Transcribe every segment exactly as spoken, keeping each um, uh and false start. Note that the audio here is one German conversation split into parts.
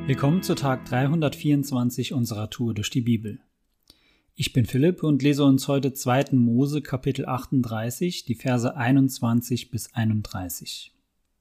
Willkommen zu Tag dreihundertvierundzwanzig unserer Tour durch die Bibel. Ich bin Philipp und lese uns heute zweiten Mose Kapitel achtunddreißig, die Verse einundzwanzig bis einunddreißig.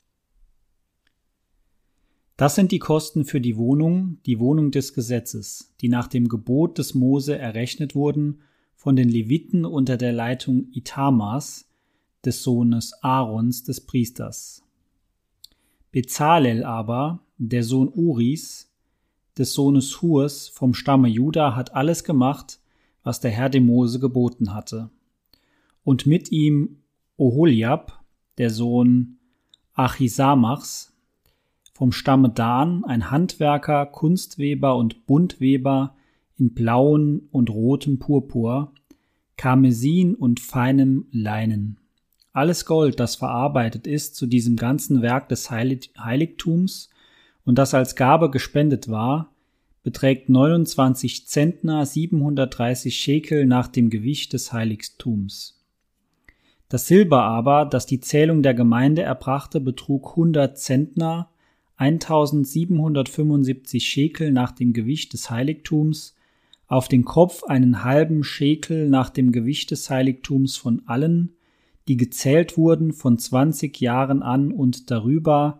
Das sind die Kosten für die Wohnung, die Wohnung des Gesetzes, die nach dem Gebot des Mose errechnet wurden von den Leviten unter der Leitung Ithamars, des Sohnes Aarons, des Priesters. Bezalel aber, der Sohn Uris, des Sohnes Hurs vom Stamme Juda, hat alles gemacht, was der Herr dem Mose geboten hatte. Und mit ihm Oholiab, der Sohn Achisamachs, vom Stamme Dan, ein Handwerker, Kunstweber und Buntweber in blauen und rotem Purpur, Karmesin und feinem Leinen. Alles Gold, das verarbeitet ist zu diesem ganzen Werk des Heilig- Heiligtums und das als Gabe gespendet war, beträgt neunundzwanzig Zentner, siebenhundertdreißig Schekel nach dem Gewicht des Heiligtums. Das Silber aber, das die Zählung der Gemeinde erbrachte, betrug hundert Zentner, eintausendsiebenhundertfünfundsiebzig Schekel nach dem Gewicht des Heiligtums, auf den Kopf einen halben Schekel nach dem Gewicht des Heiligtums von allen, die gezählt wurden von zwanzig Jahren an und darüber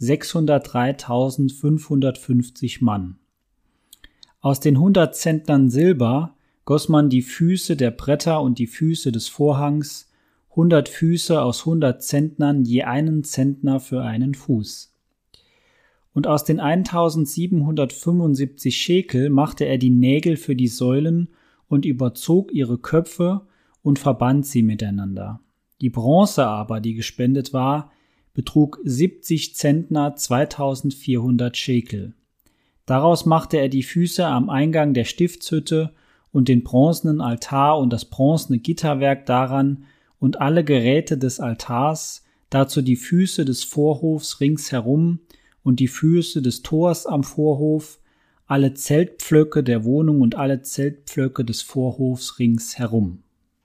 sechshundertdreitausendfünfhundertfünfzig Mann. Aus den hundert Zentnern Silber goss man die Füße der Bretter und die Füße des Vorhangs, hundert Füße aus hundert Zentnern, je einen Zentner für einen Fuß. Und aus den eintausendsiebenhundertfünfundsiebzig Schekel machte er die Nägel für die Säulen und überzog ihre Köpfe und verband sie miteinander. Die Bronze aber, die gespendet war, betrug siebzig Zentner, zweitausendvierhundert Schekel. Daraus machte er die Füße am Eingang der Stiftshütte und den bronzenen Altar und das bronzene Gitterwerk daran und alle Geräte des Altars, dazu die Füße des Vorhofs ringsherum und die Füße des Tors am Vorhof, alle Zeltpflöcke der Wohnung und alle Zeltpflöcke des Vorhofs ringsherum.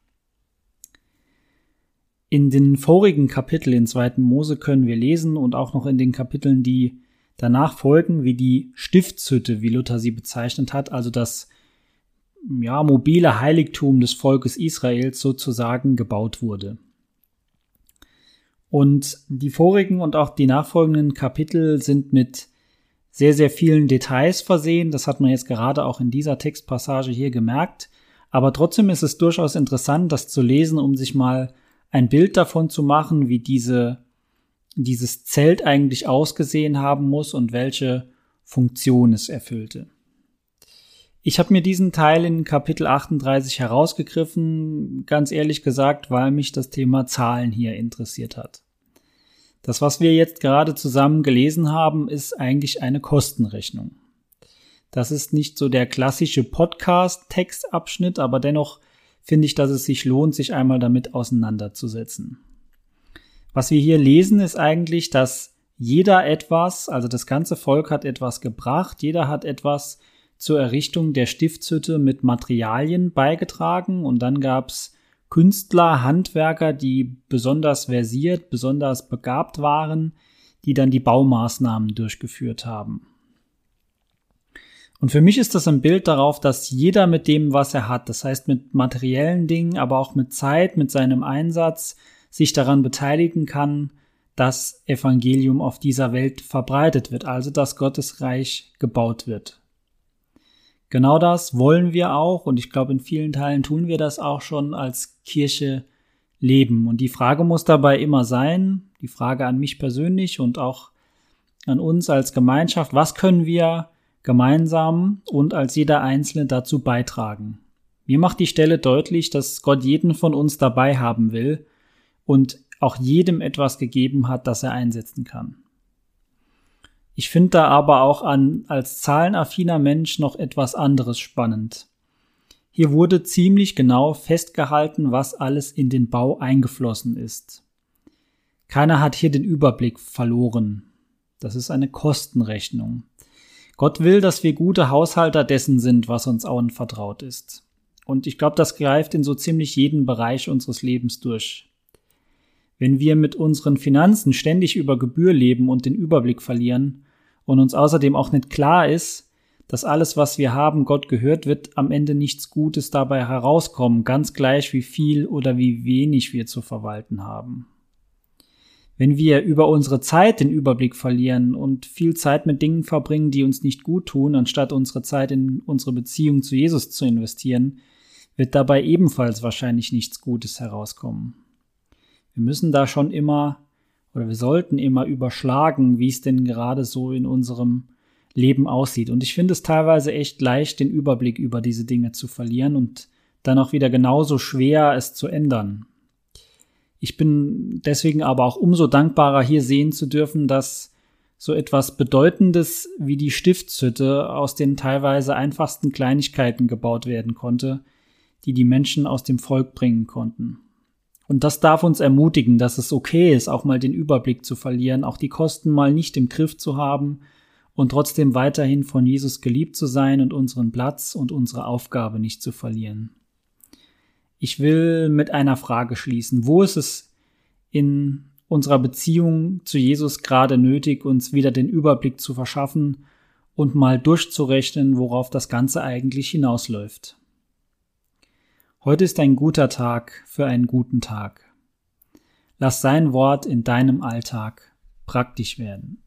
In den vorigen Kapiteln in zweiten Mose können wir lesen und auch noch in den Kapiteln, die danach folgen, wie die Stiftshütte, wie Luther sie bezeichnet hat, also das ja, mobile Heiligtum des Volkes Israels sozusagen gebaut wurde. Und die vorigen und auch die nachfolgenden Kapitel sind mit sehr, sehr vielen Details versehen. Das hat man jetzt gerade auch in dieser Textpassage hier gemerkt. Aber trotzdem ist es durchaus interessant, das zu lesen, um sich mal ein Bild davon zu machen, wie diese, dieses Zelt eigentlich ausgesehen haben muss und welche Funktion es erfüllte. Ich habe mir diesen Teil in Kapitel achtunddreißig herausgegriffen, ganz ehrlich gesagt, weil mich das Thema Zahlen hier interessiert hat. Das, was wir jetzt gerade zusammen gelesen haben, ist eigentlich eine Kostenrechnung. Das ist nicht so der klassische Podcast-Textabschnitt, aber dennoch finde ich, dass es sich lohnt, sich einmal damit auseinanderzusetzen. Was wir hier lesen, ist eigentlich, dass jeder etwas, also das ganze Volk hat etwas gebracht, jeder hat etwas zur Errichtung der Stiftshütte mit Materialien beigetragen und dann gab es Künstler, Handwerker, die besonders versiert, besonders begabt waren, die dann die Baumaßnahmen durchgeführt haben. Und für mich ist das ein Bild darauf, dass jeder mit dem, was er hat, das heißt mit materiellen Dingen, aber auch mit Zeit, mit seinem Einsatz, sich daran beteiligen kann, dass Evangelium auf dieser Welt verbreitet wird, also dass Gottes Reich gebaut wird. Genau das wollen wir auch und ich glaube, in vielen Teilen tun wir das auch schon als Kirche leben. Und die Frage muss dabei immer sein, die Frage an mich persönlich und auch an uns als Gemeinschaft, was können wir gemeinsam und als jeder Einzelne dazu beitragen. Mir macht die Stelle deutlich, dass Gott jeden von uns dabei haben will und auch jedem etwas gegeben hat, das er einsetzen kann. Ich finde da aber auch an, als zahlenaffiner Mensch noch etwas anderes spannend. Hier wurde ziemlich genau festgehalten, was alles in den Bau eingeflossen ist. Keiner hat hier den Überblick verloren. Das ist eine Kostenrechnung. Gott will, dass wir gute Haushalter dessen sind, was uns anvertraut ist. Und ich glaube, das greift in so ziemlich jeden Bereich unseres Lebens durch. Wenn wir mit unseren Finanzen ständig über Gebühr leben und den Überblick verlieren und uns außerdem auch nicht klar ist, dass alles, was wir haben, Gott gehört, wird am Ende nichts Gutes dabei herauskommen, ganz gleich wie viel oder wie wenig wir zu verwalten haben. Wenn wir über unsere Zeit den Überblick verlieren und viel Zeit mit Dingen verbringen, die uns nicht gut tun, anstatt unsere Zeit in unsere Beziehung zu Jesus zu investieren, wird dabei ebenfalls wahrscheinlich nichts Gutes herauskommen. Wir müssen da schon immer oder wir sollten immer überschlagen, wie es denn gerade so in unserem Leben aussieht. Und ich finde es teilweise echt leicht, den Überblick über diese Dinge zu verlieren und dann auch wieder genauso schwer, es zu ändern. Ich bin deswegen aber auch umso dankbarer, hier sehen zu dürfen, dass so etwas Bedeutendes wie die Stiftshütte aus den teilweise einfachsten Kleinigkeiten gebaut werden konnte, die die Menschen aus dem Volk bringen konnten. Und das darf uns ermutigen, dass es okay ist, auch mal den Überblick zu verlieren, auch die Kosten mal nicht im Griff zu haben und trotzdem weiterhin von Jesus geliebt zu sein und unseren Platz und unsere Aufgabe nicht zu verlieren. Ich will mit einer Frage schließen. Wo ist es in unserer Beziehung zu Jesus gerade nötig, uns wieder den Überblick zu verschaffen und mal durchzurechnen, worauf das Ganze eigentlich hinausläuft? Heute ist ein guter Tag für einen guten Tag. Lass sein Wort in deinem Alltag praktisch werden.